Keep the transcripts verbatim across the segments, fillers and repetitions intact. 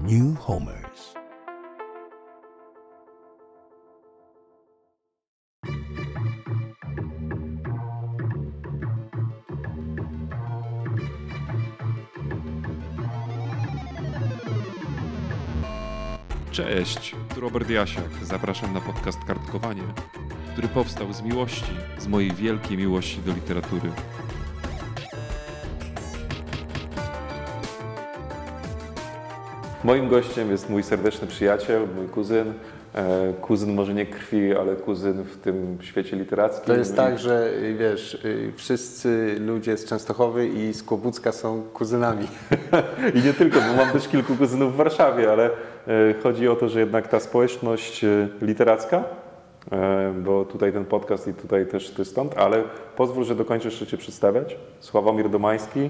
New Homers. Cześć, tu Robert Jasiak. Zapraszam na podcast Kartkowanie, który powstał z miłości, z mojej wielkiej miłości do literatury. Moim gościem jest mój serdeczny przyjaciel, mój kuzyn. E, kuzyn może nie krwi, ale kuzyn w tym świecie literackim. To jest tak, że wiesz, wszyscy ludzie z Częstochowy i z Kłobucka są kuzynami. I nie tylko, bo mam też kilku kuzynów w Warszawie, ale e, chodzi o to, że jednak ta społeczność e, literacka, e, bo tutaj ten podcast i tutaj też ty stąd, ale pozwól, że dokończę jeszcze Cię przedstawiać. Sławomir Domański,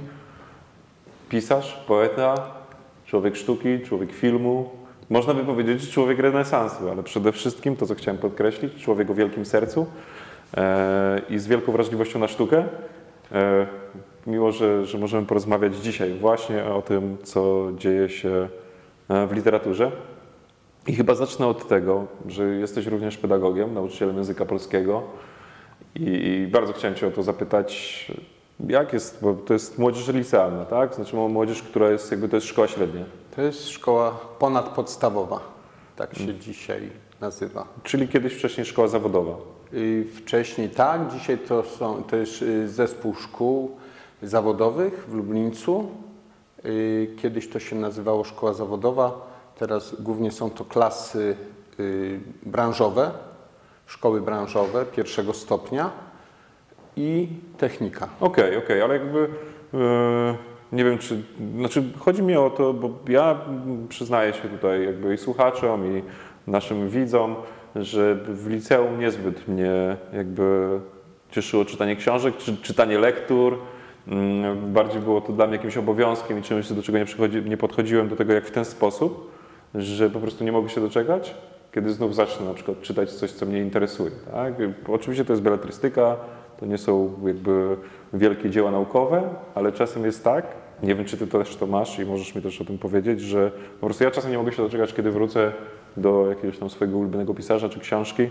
pisarz, poeta, człowiek sztuki, człowiek filmu. Można by powiedzieć, że człowiek renesansu, ale przede wszystkim to, co chciałem podkreślić, człowiek o wielkim sercu e, i z wielką wrażliwością na sztukę. E, miło, że, że możemy porozmawiać dzisiaj właśnie o tym, co dzieje się w literaturze. I chyba zacznę od tego, że jesteś również pedagogiem, nauczycielem języka polskiego i, i bardzo chciałem Cię o to zapytać, jak jest, bo to jest młodzież licealna, tak? Znaczy młodzież, która jest, jakby to jest szkoła średnia. To jest szkoła ponadpodstawowa, tak się hmm. dzisiaj nazywa. Czyli kiedyś wcześniej szkoła zawodowa. I wcześniej tak, dzisiaj to, są, to jest zespół szkół zawodowych w Lublińcu. Kiedyś to się nazywało szkoła zawodowa, teraz głównie są to klasy branżowe, szkoły branżowe pierwszego stopnia i technika. Okej, okay, okej, okay, ale jakby yy, nie wiem, czy, znaczy chodzi mi o to, bo ja przyznaję się tutaj jakby i słuchaczom, i naszym widzom, że w liceum niezbyt mnie jakby cieszyło czytanie książek, czy czytanie lektur. Yy, bardziej było to dla mnie jakimś obowiązkiem i czymś, do czego nie, przychodzi, nie podchodziłem do tego jak w ten sposób, że po prostu nie mogę się doczekać, kiedy znów zacznę na przykład czytać coś, co mnie interesuje. Tak? Oczywiście to jest beletrystyka, to nie są jakby wielkie dzieła naukowe, ale czasem jest tak, nie wiem, czy ty też to masz i możesz mi też o tym powiedzieć, że po prostu ja czasem nie mogę się doczekać, kiedy wrócę do jakiegoś tam swojego ulubionego pisarza czy książki.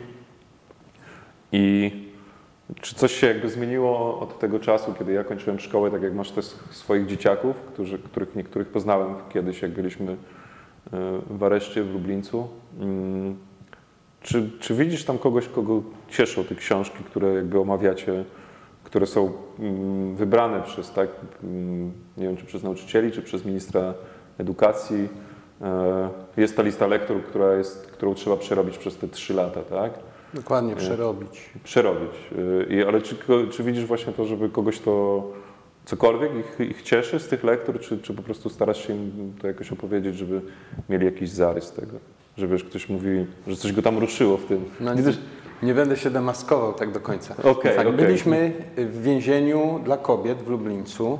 I czy coś się jakby zmieniło od tego czasu, kiedy ja kończyłem szkołę, tak jak masz też swoich dzieciaków, którzy, których niektórych poznałem kiedyś, jak byliśmy w areszcie w Lublińcu. Czy, czy widzisz tam kogoś, kogo cieszą te książki, które jakby omawiacie, które są wybrane przez, tak, nie wiem, czy przez nauczycieli, czy przez ministra edukacji? Jest ta lista lektur, która jest, którą trzeba przerobić przez te trzy lata, tak? Dokładnie, przerobić. Przerobić. Ale czy, czy widzisz właśnie to, żeby kogoś to cokolwiek ich, ich cieszy z tych lektur, czy, czy po prostu starasz się im to jakoś opowiedzieć, żeby mieli jakiś zarys tego? Że wiesz, ktoś mówi, że coś go tam ruszyło w tym. No, nie, nie będę się demaskował tak do końca. Okay, tak, okay. Byliśmy w więzieniu dla kobiet w Lublińcu.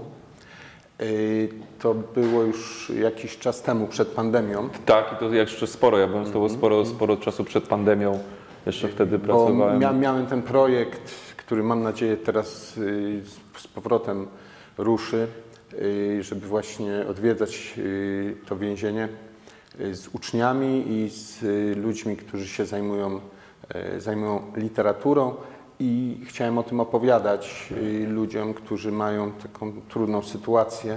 To było już jakiś czas temu, przed pandemią. Tak, i to jeszcze sporo. Ja byłem z tobą sporo, sporo czasu przed pandemią. Jeszcze wtedy Bo pracowałem. Mia, miałem ten projekt, który mam nadzieję teraz z powrotem ruszy, żeby właśnie odwiedzać to więzienie z uczniami i z ludźmi, którzy się zajmują, zajmują literaturą, i chciałem o tym opowiadać ludziom, którzy mają taką trudną sytuację.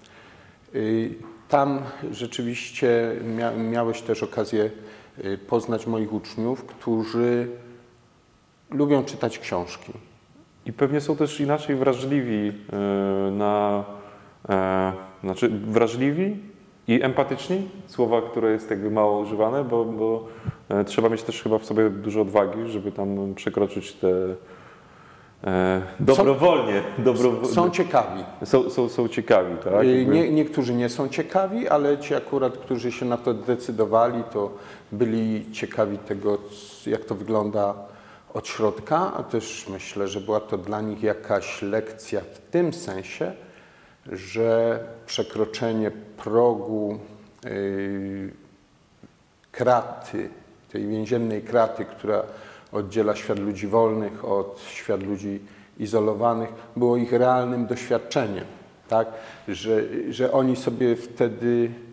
Tam rzeczywiście mia, miałeś też okazję poznać moich uczniów, którzy lubią czytać książki. I pewnie są też inaczej wrażliwi na, znaczy wrażliwi i empatyczni, słowa, które jest jakby mało używane, bo, bo trzeba mieć też chyba w sobie dużo odwagi, żeby tam przekroczyć te e, dobrowolnie. Są, dobro, są ciekawi. Są, są, są ciekawi, tak? Nie, niektórzy nie są ciekawi, ale ci akurat, którzy się na to decydowali, to byli ciekawi tego, jak to wygląda od środka, a też myślę, że była to dla nich jakaś lekcja w tym sensie, że przekroczenie progu yy, kraty, tej więziennej kraty, która oddziela świat ludzi wolnych od świat ludzi izolowanych, było ich realnym doświadczeniem, tak? Że, że oni sobie wtedy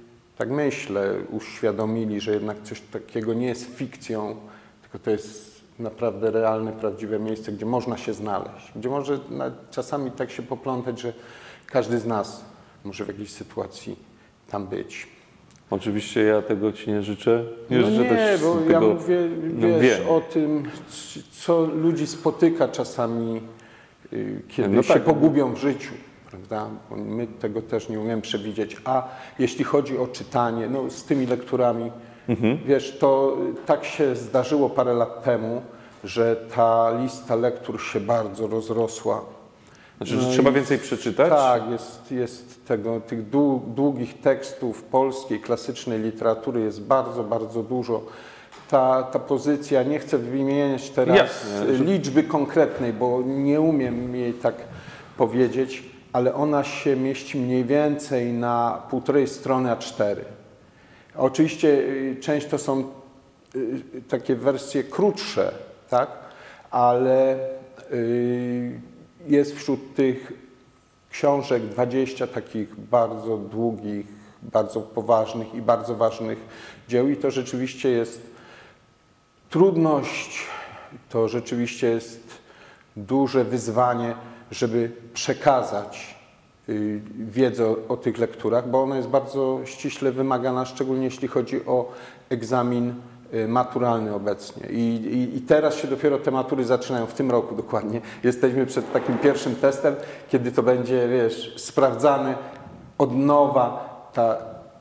tak myślę, uświadomili, że jednak coś takiego nie jest fikcją, tylko to jest naprawdę realne, prawdziwe miejsce, gdzie można się znaleźć, gdzie może czasami tak się poplątać, że każdy z nas może w jakiejś sytuacji tam być. Oczywiście ja tego Ci nie życzę. Nie No życzę nie, też bo tego, ja mówię, wiesz, wiem. o tym, co ludzi spotyka czasami, y, kiedy No się tak. pogubią w życiu, prawda? Bo my tego też nie umiemy przewidzieć. A jeśli chodzi o czytanie, no z tymi lekturami, mhm. wiesz, to tak się zdarzyło parę lat temu, że ta lista lektur się bardzo rozrosła. Znaczy, że No trzeba i- więcej przeczytać? Tak, jest, jest tego, tych dłu- długich tekstów polskiej, klasycznej literatury jest bardzo, bardzo dużo. Ta, ta pozycja, nie chcę wymieniać teraz Jasne, że- liczby konkretnej, bo nie umiem jej tak powiedzieć, ale ona się mieści mniej więcej na półtorej strony A cztery. Oczywiście y, część to są y, takie wersje krótsze, tak? Ale y, jest wśród tych książek dwadzieścia takich bardzo długich, bardzo poważnych i bardzo ważnych dzieł i to rzeczywiście jest trudność, to rzeczywiście jest duże wyzwanie, żeby przekazać y, wiedzę o, o tych lekturach, bo ona jest bardzo ściśle wymagana, szczególnie jeśli chodzi o egzamin y, maturalny obecnie. I, i, I teraz się dopiero te matury zaczynają, w tym roku dokładnie. Jesteśmy przed takim pierwszym testem, kiedy to będzie, wiesz, sprawdzany od nowa ta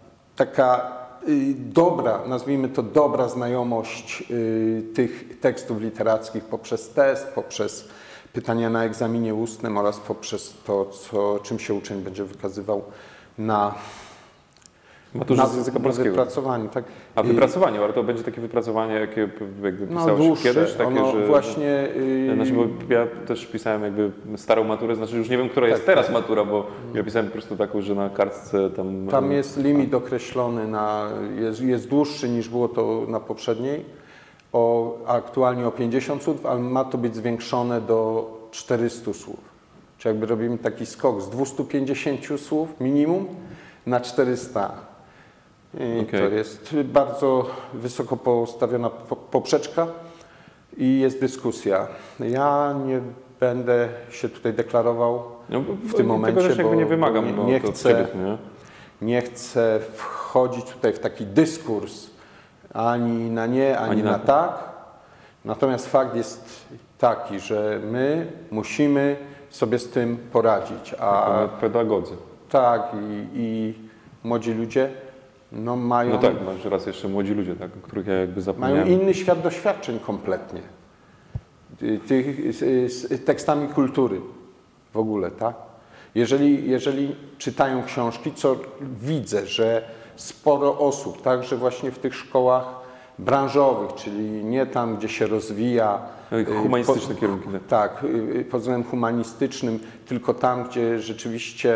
taka y, dobra, nazwijmy to dobra znajomość y, tych tekstów literackich poprzez test, poprzez pytania na egzaminie ustnym oraz poprzez to, co, czym się uczeń będzie wykazywał na, Maturze na, z języka na polskiego. wypracowaniu. Tak? A I- wypracowanie, ale to będzie takie wypracowanie, jakie jakby No pisało się dłuższe, kiedyś, takie, ono że... właśnie... y, Znaczy, bo ja też pisałem jakby starą maturę, znaczy już nie wiem, która jest Tak, teraz matura, bo ja pisałem po prostu taką, że na kartce tam... Tam jest limit określony, na, jest, jest dłuższy niż było to na poprzedniej, o, aktualnie o pięćdziesiąt słów, ale ma to być zwiększone do czterystu słów. Czyli jakby robimy taki skok z dwustu pięćdziesięciu słów minimum na czterysta. I Okej. to jest bardzo wysoko postawiona po- poprzeczka i jest dyskusja. Ja nie będę się tutaj deklarował No, bo w tym momencie, tego też jakby bo- nie wymagam, bo bo nie to od chcę- ciebie, nie? Nie chcę wchodzić tutaj w taki dyskurs ani na nie, ani, Ani na na tak. tak. Natomiast fakt jest taki, że my musimy sobie z tym poradzić. A Jako pedagodzy. tak, i, i młodzi ludzie no, mają, No tak, masz raz jeszcze młodzi ludzie, tak, o których ja jakby mają zapomniałem. inny świat doświadczeń kompletnie. Y, Tych, z, z tekstami kultury w ogóle, tak? Jeżeli, jeżeli czytają książki, co widzę, że sporo osób, także właśnie w tych szkołach branżowych, czyli nie tam, gdzie się rozwija y, Humanistyczne po- kierunki. tak. Tak, y, pod względem humanistycznym, tylko tam, gdzie rzeczywiście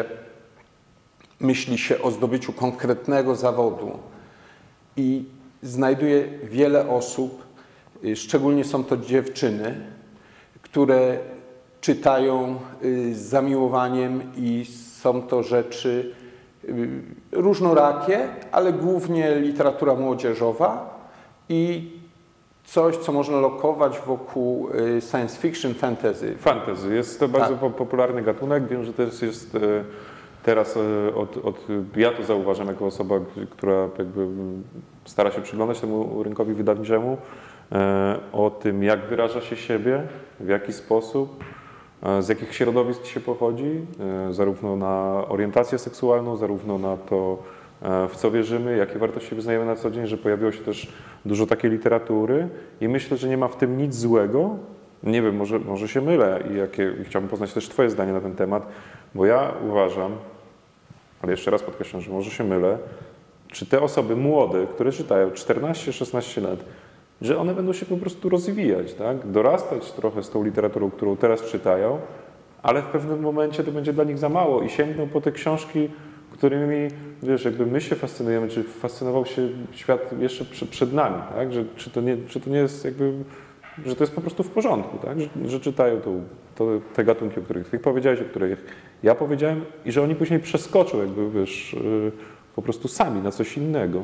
myśli się o zdobyciu konkretnego zawodu i znajduje wiele osób, y, szczególnie są to dziewczyny, które czytają y, z zamiłowaniem i są to rzeczy y, różnorakie, ale głównie literatura młodzieżowa i coś, co można lokować wokół y, science fiction, fantasy. Fantasy. Jest to bardzo Tak. po- popularny gatunek. Wiem, że też jest e, teraz e, od, od... Ja to zauważam jako osoba, która jakby m, stara się przyglądać temu rynkowi wydawniczemu, e, o tym, jak wyraża się siebie, w jaki sposób, e, z jakich środowisk się pochodzi, e, zarówno na orientację seksualną, zarówno na to, e, w co wierzymy, jakie wartości wyznajemy na co dzień, że pojawiło się też dużo takiej literatury i myślę, że nie ma w tym nic złego. Nie wiem, może, może się mylę i, jakie, i chciałbym poznać też Twoje zdanie na ten temat, bo ja uważam, ale jeszcze raz podkreślam, że może się mylę, czy te osoby młode, które czytają czternaście szesnaście lat, że one będą się po prostu rozwijać, tak? Dorastać trochę z tą literaturą, którą teraz czytają, ale w pewnym momencie to będzie dla nich za mało i sięgną po te książki, którymi, wiesz, jakby my się fascynujemy, czy fascynował się świat jeszcze prze- przed nami, tak? Że, czy, to nie, czy to nie jest jakby, że to jest po prostu w porządku, tak? Że, że czytają tą, to, te gatunki, o których Ty powiedziałeś, o których ja powiedziałem i że oni później przeskoczą jakby, wiesz, yy, po prostu sami na coś innego.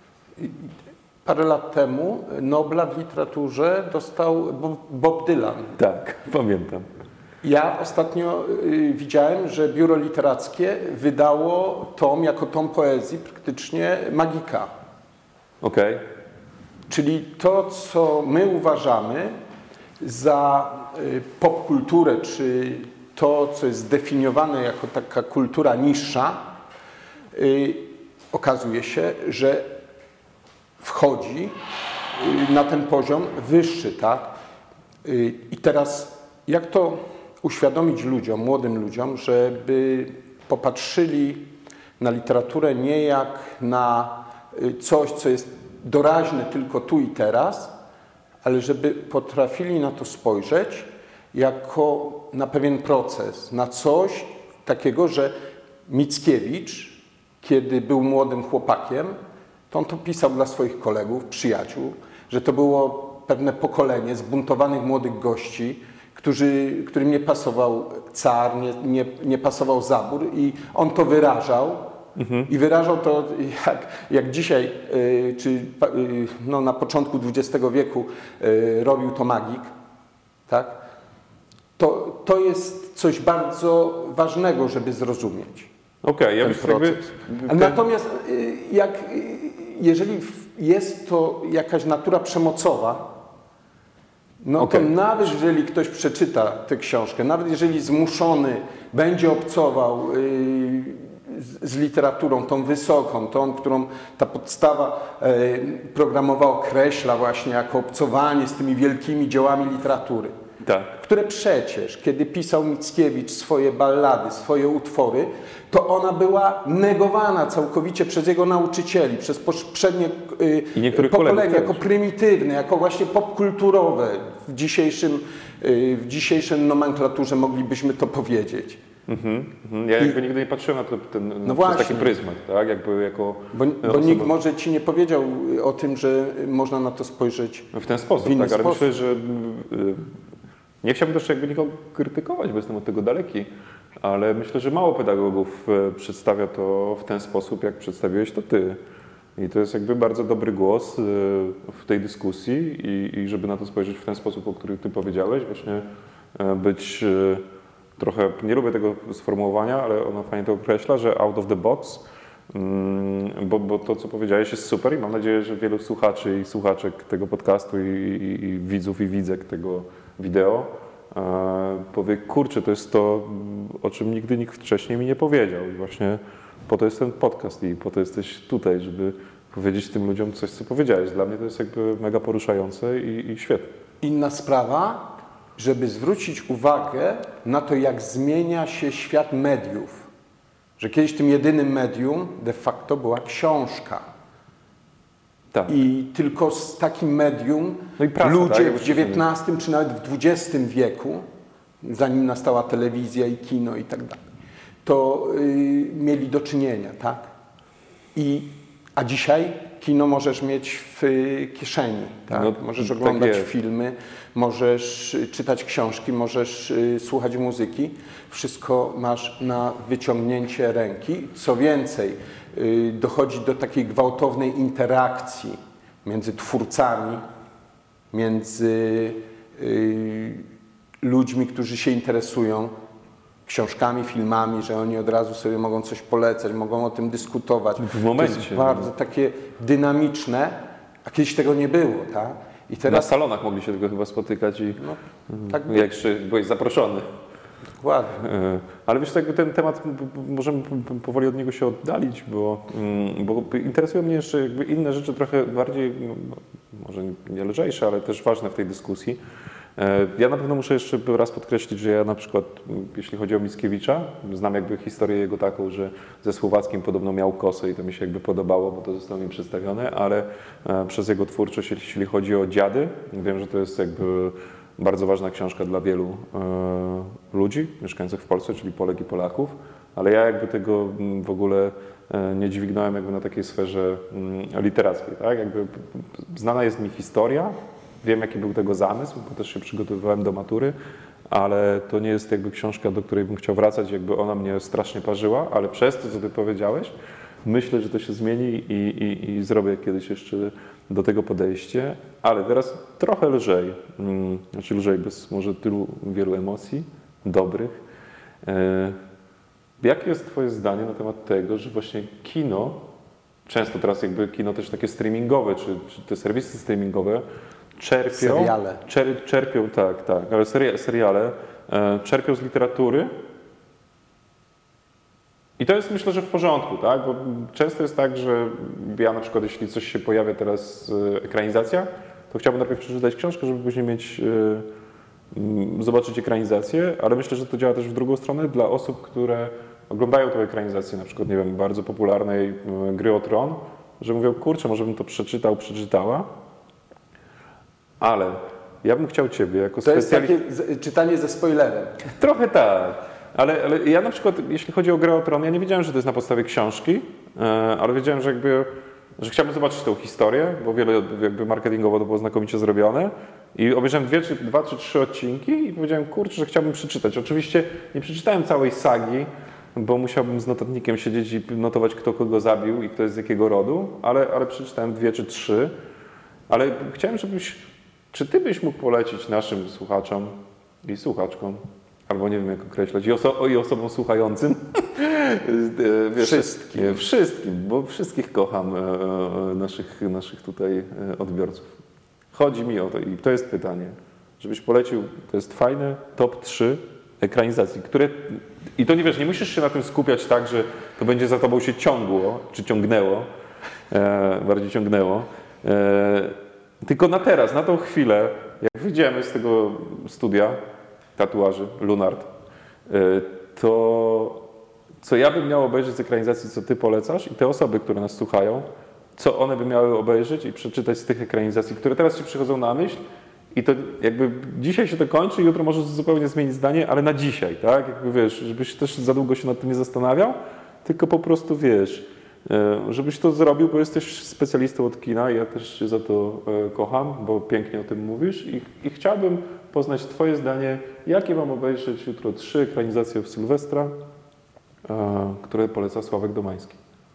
Parę lat temu Nobla w literaturze dostał Bob Dylan. Tak, pamiętam. Ja ostatnio y, widziałem, że Biuro Literackie wydało tom jako tom poezji praktycznie Magika. Okej. Okay. Czyli to, co my uważamy za y, popkulturę, czy to, co jest zdefiniowane jako taka kultura niższa, y, okazuje się, że wchodzi y, na ten poziom wyższy, tak? Y, I teraz jak to uświadomić ludziom, młodym ludziom, żeby popatrzyli na literaturę nie jak na coś, co jest doraźne tylko tu i teraz, ale żeby potrafili na to spojrzeć jako na pewien proces, na coś takiego, że Mickiewicz, kiedy był młodym chłopakiem, to on to pisał dla swoich kolegów, przyjaciół, że to było pewne pokolenie zbuntowanych młodych gości, Którzy, którym nie pasował car, nie, nie, nie pasował zabór i on to wyrażał. Mhm. I wyrażał to jak, jak dzisiaj, y, czy y, no, na początku dwudziestego wieku y, robił to Magik. Tak? To, to jest coś bardzo ważnego, żeby zrozumieć. Okej, okay, ja ten proces. Jakby... Natomiast y, jak, y, jeżeli jest to jakaś natura przemocowa, no okay. to nawet jeżeli ktoś przeczyta tę książkę, nawet jeżeli zmuszony będzie obcował yy, z, z literaturą tą wysoką, tą, którą ta podstawa yy, programowa określa właśnie jako obcowanie z tymi wielkimi dziełami literatury, tak. które przecież, kiedy pisał Mickiewicz swoje ballady, swoje utwory, to ona była negowana całkowicie przez jego nauczycieli, przez poprzednie y, pokolenia, jako prymitywne, jako właśnie popkulturowe. W dzisiejszym, y, w dzisiejszej nomenklaturze moglibyśmy to powiedzieć. Mm-hmm, mm-hmm. Ja jakby I, nigdy nie patrzyłem na to ten, no przez taki pryzmat, tak? Jakby jako bo bo osoba... nikt może ci nie powiedział o tym, że można na to spojrzeć w ten sposób, w inny tak, ale sposób. myślę, że y, nie chciałbym też jakby nikogo krytykować, bo jestem od tego daleki. Ale myślę, że mało pedagogów przedstawia to w ten sposób, jak przedstawiłeś to ty. I to jest jakby bardzo dobry głos w tej dyskusji i, i żeby na to spojrzeć w ten sposób, o którym ty powiedziałeś, właśnie być trochę, nie lubię tego sformułowania, ale ono fajnie to określa, że out of the box, bo, bo to, co powiedziałeś, jest super i mam nadzieję, że wielu słuchaczy i słuchaczek tego podcastu i, i, i widzów i widzek tego wideo powie, kurczę, to jest to, o czym nigdy nikt wcześniej mi nie powiedział. I właśnie po to jest ten podcast i po to jesteś tutaj, żeby powiedzieć tym ludziom coś, co powiedziałeś. Dla mnie to jest jakby mega poruszające i, i świetne. Inna sprawa, żeby zwrócić uwagę na to, jak zmienia się świat mediów. Że kiedyś tym jedynym medium de facto była książka. Tak. I tylko z takim medium no i prasa, ludzie tak, w dziewiętnastym czy nawet w dwudziestym wieku, zanim nastała telewizja i kino i tak dalej, to yy, mieli do czynienia, tak? I, a dzisiaj kino możesz mieć w y, kieszeni, tak? No, możesz oglądać tak filmy, możesz czytać książki, możesz y, słuchać muzyki. Wszystko masz na wyciągnięcie ręki. Co więcej, y, dochodzi do takiej gwałtownej interakcji między twórcami, między y, ludźmi, którzy się interesują książkami, filmami, że oni od razu sobie mogą coś polecać, mogą o tym dyskutować. W momencie. To jest bardzo no. takie dynamiczne, a kiedyś tego nie było, tak? I teraz... Na salonach mogli się tego chyba spotykać i no, tak jak jeszcze byłeś zaproszony. Dokładnie. Ale wiesz, jakby ten temat, możemy powoli od niego się oddalić, bo, bo interesują mnie jeszcze jakby inne rzeczy trochę bardziej, może nie lżejsze, ale też ważne w tej dyskusji. Ja na pewno muszę jeszcze raz podkreślić, że ja na przykład, jeśli chodzi o Mickiewicza, znam jakby historię jego taką, że ze Słowackim podobno miał kosę i to mi się jakby podobało, bo to zostało mi przedstawione, ale przez jego twórczość, jeśli chodzi o Dziady, wiem, że to jest jakby bardzo ważna książka dla wielu ludzi mieszkających w Polsce, czyli Polek i Polaków, ale ja jakby tego w ogóle nie dźwignąłem jakby na takiej sferze literackiej, tak? Jakby znana jest mi historia, wiem, jaki był tego zamysł, bo też się przygotowywałem do matury, ale to nie jest jakby książka, do której bym chciał wracać, jakby ona mnie strasznie parzyła, ale przez to, co ty powiedziałeś, myślę, że to się zmieni i, i, i zrobię kiedyś jeszcze do tego podejście, ale teraz trochę lżej, mm, znaczy lżej, bez może tylu wielu emocji dobrych. E, jakie jest Twoje zdanie na temat tego, że właśnie kino, często teraz jakby kino też takie streamingowe, czy, czy te serwisy streamingowe czerpią... Seriale. Czer, czerpią, tak, tak, ale seria, seriale e, czerpią z literatury. I to jest myślę, że w porządku, tak? Bo często jest tak, że ja na przykład jeśli coś się pojawia teraz, e, ekranizacja, to chciałbym najpierw przeczytać książkę, żeby później mieć, e, m, zobaczyć ekranizację, ale myślę, że to działa też w drugą stronę dla osób, które oglądają tę ekranizację, na przykład, nie wiem, bardzo popularnej e, Gry o Tron, że mówią, kurczę, może bym to przeczytał, przeczytała, ale ja bym chciał Ciebie jako To jest specjalista... takie z- czytanie ze spoilerem. Trochę tak, ale, ale ja na przykład, jeśli chodzi o Grę o Tron, ja nie wiedziałem, że to jest na podstawie książki, e, ale wiedziałem, że jakby, że chciałbym zobaczyć tę historię, bo wiele jakby marketingowo to było znakomicie zrobione i obejrzałem dwie, czy, dwa czy trzy odcinki i powiedziałem, kurczę, że chciałbym przeczytać. Oczywiście nie przeczytałem całej sagi, bo musiałbym z notatnikiem siedzieć i notować, kto kogo zabił i kto jest z jakiego rodu, ale, ale przeczytałem dwie czy trzy, ale chciałem, żebyś, czy Ty byś mógł polecić naszym słuchaczom i słuchaczkom, albo nie wiem jak określać, i, oso i osobom słuchającym. Wiesz, Wszystkim. Nie, wszystkim, bo wszystkich kocham, e, naszych, naszych tutaj e, odbiorców. Chodzi mi o to i to jest pytanie, żebyś polecił, to jest fajne, top trzy ekranizacji, które, i to nie wiesz, nie musisz się na tym skupiać tak, że to będzie za tobą się ciągło, czy ciągnęło, e, bardziej ciągnęło, e, tylko na teraz, na tą chwilę, jak wyjdziemy z tego studia, tatuaży, Lunart, to co ja bym miał obejrzeć z ekranizacji, co Ty polecasz i te osoby, które nas słuchają, co one by miały obejrzeć i przeczytać z tych ekranizacji, które teraz Ci przychodzą na myśl i to jakby dzisiaj się to kończy, jutro możesz zupełnie zmienić zdanie, ale na dzisiaj, tak? Jakby wiesz, żebyś też za długo się nad tym nie zastanawiał, tylko po prostu wiesz, żebyś to zrobił, bo jesteś specjalistą od kina i ja też Cię za to kocham, bo pięknie o tym mówisz i, i chciałbym poznać Twoje zdanie, jakie mam obejrzeć jutro trzy ekranizacje w Sylwestra, które poleca Sławek Domański.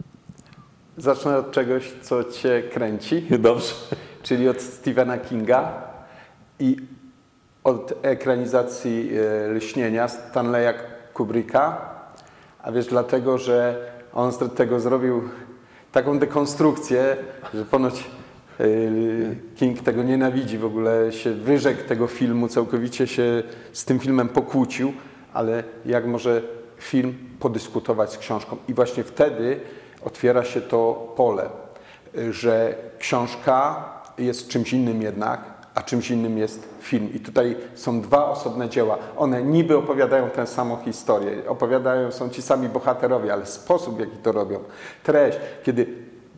Zacznę od czegoś, co Cię kręci, Dobrze. czyli od Stephena Kinga i od ekranizacji Lśnienia Stanleya Kubricka. A wiesz, dlatego, że on z tego zrobił taką dekonstrukcję, że ponoć King tego nienawidzi, w ogóle się wyrzekł tego filmu, całkowicie się z tym filmem pokłócił, ale jak może film podyskutować z książką? I właśnie wtedy otwiera się to pole, że książka jest czymś innym jednak, a czymś innym jest film. I tutaj są dwa osobne dzieła. One niby opowiadają tę samą historię, opowiadają, są ci sami bohaterowie, ale sposób, w jaki to robią, treść, kiedy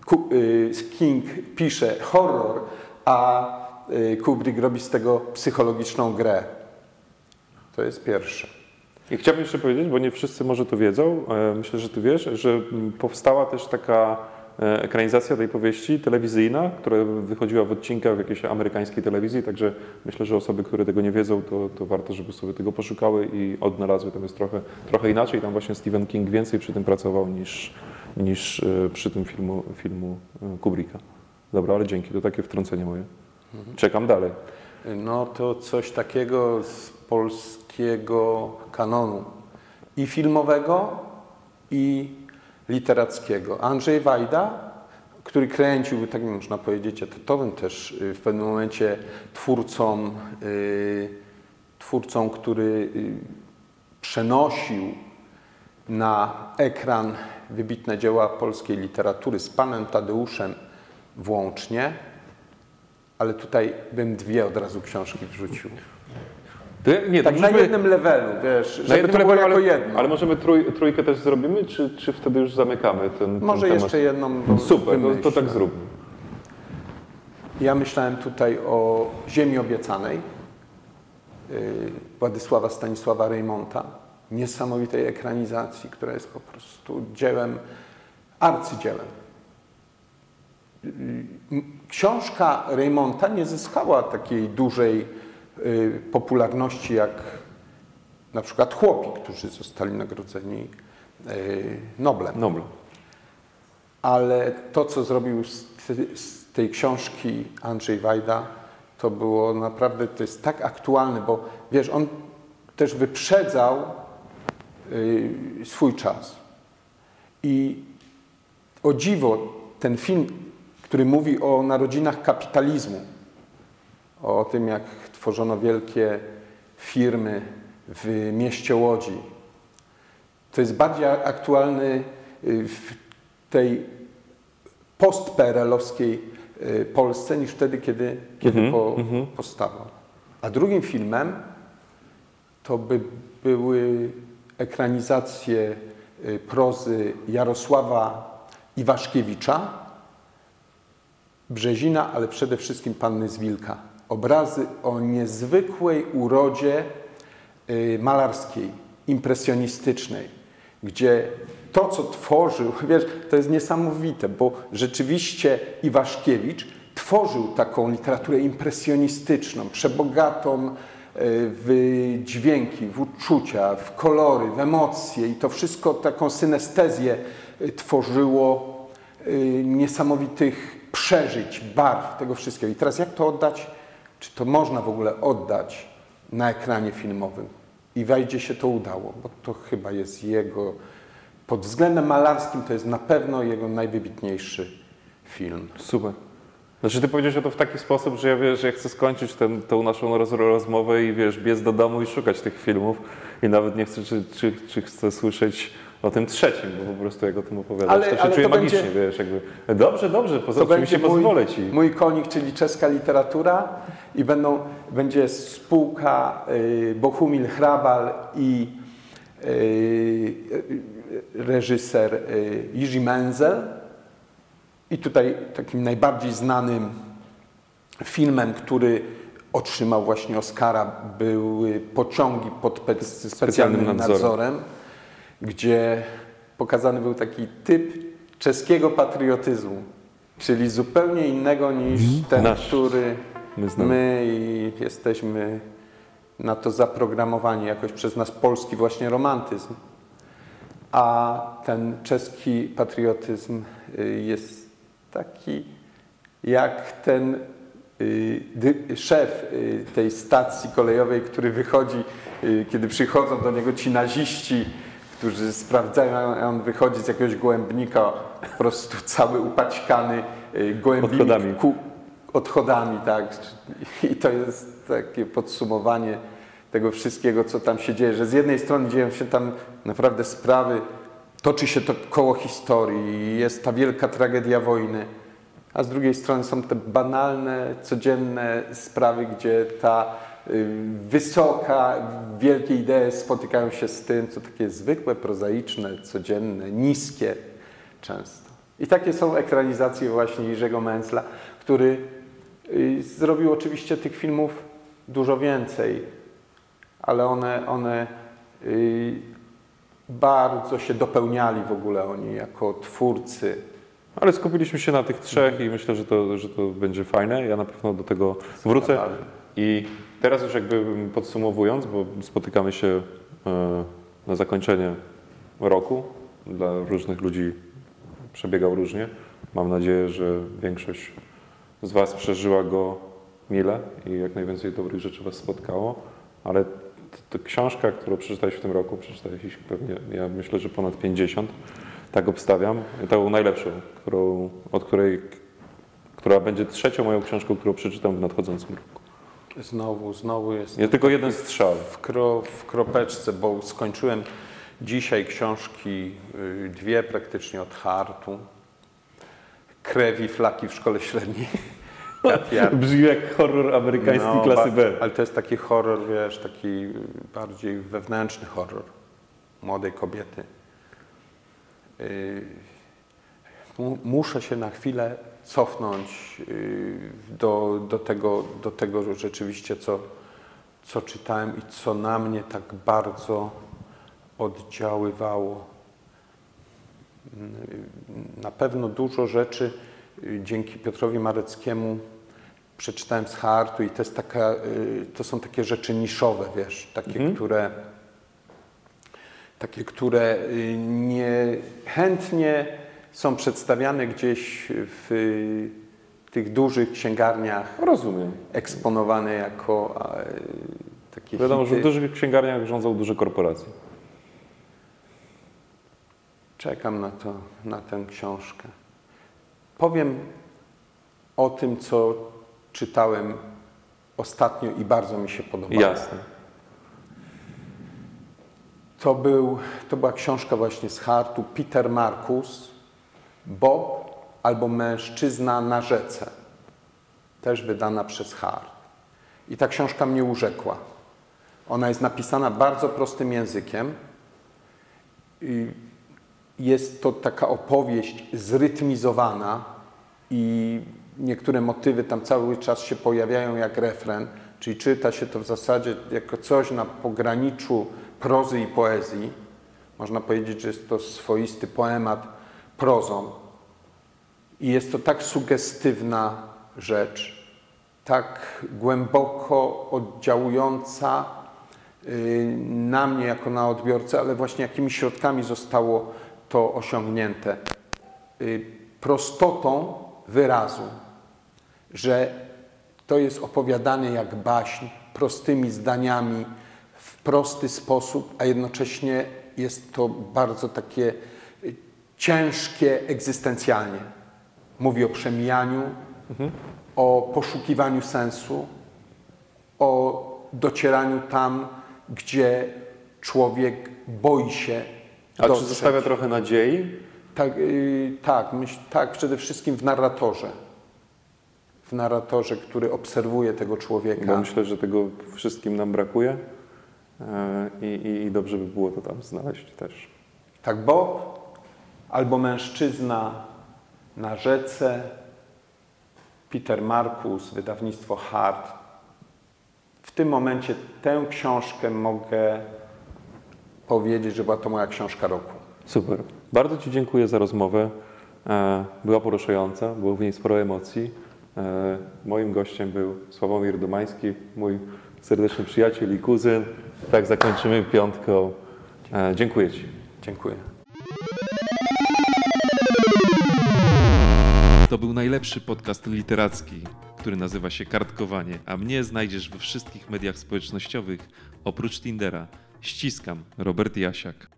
King pisze horror, a Kubrick robi z tego psychologiczną grę. To jest pierwsze. I chciałbym jeszcze powiedzieć, bo nie wszyscy może to wiedzą, myślę, że Ty wiesz, że powstała też taka ekranizacja tej powieści telewizyjna, która wychodziła w odcinkach w jakiejś amerykańskiej telewizji, także myślę, że osoby, które tego nie wiedzą, to, to warto, żeby sobie tego poszukały i odnalazły. Tam jest trochę, trochę inaczej, tam właśnie Stephen King więcej przy tym pracował niż, niż przy tym filmu, filmu Kubricka. Dobra, ale dzięki, to takie wtrącenie moje. Czekam dalej. No to coś takiego z polskiego kanonu i filmowego, i literackiego. Andrzej Wajda, który kręcił, tak można powiedzieć, etatowym też w pewnym momencie twórcą, yy, twórcą, który yy, przenosił na ekran wybitne dzieła polskiej literatury z panem Tadeuszem włącznie, ale tutaj bym dwie od razu książki wrzucił. Nie, tak możemy, na jednym levelu, wiesz, na żeby to było levelu, jako ale, jedno. ale możemy trój, trójkę też zrobimy, czy, czy wtedy już zamykamy ten, Może ten temat? jeszcze jedną. Bo super, to, to tak zróbmy. Ja myślałem tutaj o Ziemi Obiecanej yy, Władysława Stanisława Reymonta, niesamowitej ekranizacji, która jest po prostu dziełem, arcydziełem. Yy, książka Reymonta nie zyskała takiej dużej yy, popularności jak na przykład Chłopi, którzy zostali nagrodzeni yy, Noblem. Noble. ale to, co zrobił z, z tej książki Andrzej Wajda, to było naprawdę, to jest tak aktualne, bo wiesz, on też wyprzedzał y, swój czas. I o dziwo, ten film, który mówi o narodzinach kapitalizmu, o tym, jak tworzono wielkie firmy w mieście Łodzi, to jest bardziej aktualny w tej post-P R L-owskiej Polsce niż wtedy, kiedy, kiedy Mhm, po, mhm. powstawał. A drugim filmem to by były ekranizacje prozy Jarosława Iwaszkiewicza, Brzezina, ale przede wszystkim Panny z Wilka. Obrazy o niezwykłej urodzie malarskiej, impresjonistycznej, gdzie to, co tworzył, wiesz, to jest niesamowite, bo rzeczywiście Iwaszkiewicz tworzył taką literaturę impresjonistyczną, przebogatą w dźwięki, w uczucia, w kolory, w emocje i to wszystko taką synestezję tworzyło niesamowitych przeżyć, barw, tego wszystkiego. I teraz jak to oddać? Czy to można w ogóle oddać na ekranie filmowym? I Wajdzie się to udało, bo to chyba jest jego, pod względem malarskim to jest na pewno jego najwybitniejszy film. Super. Znaczy ty powiedziałeś o to w taki sposób, że ja wiesz, że ja chcę skończyć ten, tą naszą roz, rozmowę i wiesz, biec do domu i szukać tych filmów i nawet nie chcę, czy, czy, czy chcę słyszeć o tym trzecim, bo po prostu jak o tym opowiadasz, Ale- to się ale czuję to magicznie, będzie- wiesz, jakby dobrze, dobrze, poza, To oczywiście będzie mój, pozwolę ci. mój konik, czyli czeska literatura i będą, będzie spółka y, Bohumil Hrabal i y, reżyser y, Jiří Menzel. I tutaj takim najbardziej znanym filmem, który otrzymał właśnie Oscara, były Pociągi pod pe- specjalnym nadzorem. nadzorem, gdzie pokazany był taki typ czeskiego patriotyzmu, czyli zupełnie innego niż ten, Nasz. który My znamy. my i jesteśmy na to zaprogramowani jakoś przez nas polski właśnie romantyzm. A ten czeski patriotyzm y, jest taki jak ten y, dy, szef y, tej stacji kolejowej, który wychodzi, y, kiedy przychodzą do niego ci naziści, którzy sprawdzają, a on wychodzi z jakiegoś gołębnika, po prostu cały upaćkany y, gołębimi Odchodami. ku, odchodami, tak. I to jest takie podsumowanie tego wszystkiego, co tam się dzieje, że z jednej strony dzieją się tam naprawdę sprawy, toczy się to koło historii, jest ta wielka tragedia wojny, a z drugiej strony są te banalne, codzienne sprawy, gdzie ta y, wysoka, wielkie idee spotykają się z tym, co takie zwykłe, prozaiczne, codzienne, niskie często. I takie są ekranizacje właśnie Jirzego Menzla, który y, zrobił oczywiście tych filmów dużo więcej, ale one, one y, bardzo się dopełniali w ogóle oni jako twórcy. Ale skupiliśmy się na tych trzech i myślę, że to, że to będzie fajne. Ja na pewno do tego wrócę. Naprawdę. I teraz już jakby podsumowując, bo spotykamy się e, na zakończenie roku. Dla różnych ludzi przebiegał różnie. Mam nadzieję, że większość z Was przeżyła go mile i jak najwięcej dobrych rzeczy Was spotkało. Ale to książka, którą przeczytałeś w tym roku, przeczytałeś ich pewnie, ja myślę, że ponad pięćdziesiąt. Tak obstawiam. Tą najlepszą, którą, od której, która będzie trzecią moją książką, którą przeczytam w nadchodzącym roku. Znowu, znowu jest Nie tylko jeden strzał. w, kro, w kropeczce, bo skończyłem dzisiaj książki, y, dwie praktycznie od Hartu. Krew i flaki w szkole średniej. Katia. Brzmi jak horror amerykański No, klasy ba- B. Ale to jest taki horror, wiesz, taki y, bardziej wewnętrzny horror młodej kobiety. Y, mu- Muszę się na chwilę cofnąć y, do, do, tego, do tego rzeczywiście, co, co czytałem i co na mnie tak bardzo oddziaływało. Y, Na pewno dużo rzeczy y, dzięki Piotrowi Mareckiemu przeczytałem z Hartu i to, jest taka, y, to są takie rzeczy niszowe, wiesz, takie, Mhm. które takie, które y, nie chętnie są przedstawiane gdzieś w tych dużych księgarniach, Rozumiem. eksponowane jako e, takie Wiadomo, hity. że w dużych księgarniach rządzą duże korporacje. Czekam na to, na tę książkę. Powiem o tym, co czytałem ostatnio i bardzo mi się podobało. Jasne. To, był, to była książka właśnie z Hartu, Peter Marcus, Bob albo Mężczyzna na rzece. Też wydana przez Hart. I ta książka mnie urzekła. Ona jest napisana bardzo prostym językiem. I jest to taka opowieść zrytmizowana i niektóre motywy tam cały czas się pojawiają jak refren, czyli czyta się to w zasadzie jako coś na pograniczu prozy i poezji. Można powiedzieć, że jest to swoisty poemat prozą. I jest to tak sugestywna rzecz, tak głęboko oddziałująca na mnie jako na odbiorcę, ale właśnie jakimi środkami zostało to osiągnięte. Prostotą wyrazu, że to jest opowiadane jak baśń, prostymi zdaniami, w prosty sposób, a jednocześnie jest to bardzo takie ciężkie egzystencjalnie. Mówi o przemijaniu, mhm. o poszukiwaniu sensu, o docieraniu tam, gdzie człowiek boi się A dotrzeć. czy zostawia trochę nadziei? Tak, yy, tak, myśl, tak, przede wszystkim w narratorze. W narratorze, który obserwuje tego człowieka. Bo myślę, że tego wszystkim nam brakuje i, i, i dobrze by było to tam znaleźć też. Tak, Bob albo Mężczyzna na rzece, Peter Marcus, wydawnictwo Hart. W tym momencie tę książkę mogę powiedzieć, że była to moja książka roku. Super. Bardzo Ci dziękuję za rozmowę. Była poruszająca, było w niej sporo emocji. Moim gościem był Sławomir Domański, mój serdeczny przyjaciel i kuzyn. Tak zakończymy piątką. Dziękuję Ci. Dziękuję. To był najlepszy podcast literacki, który nazywa się Kartkowanie, a mnie znajdziesz we wszystkich mediach społecznościowych oprócz Tindera. Ściskam, Robert Jasiak.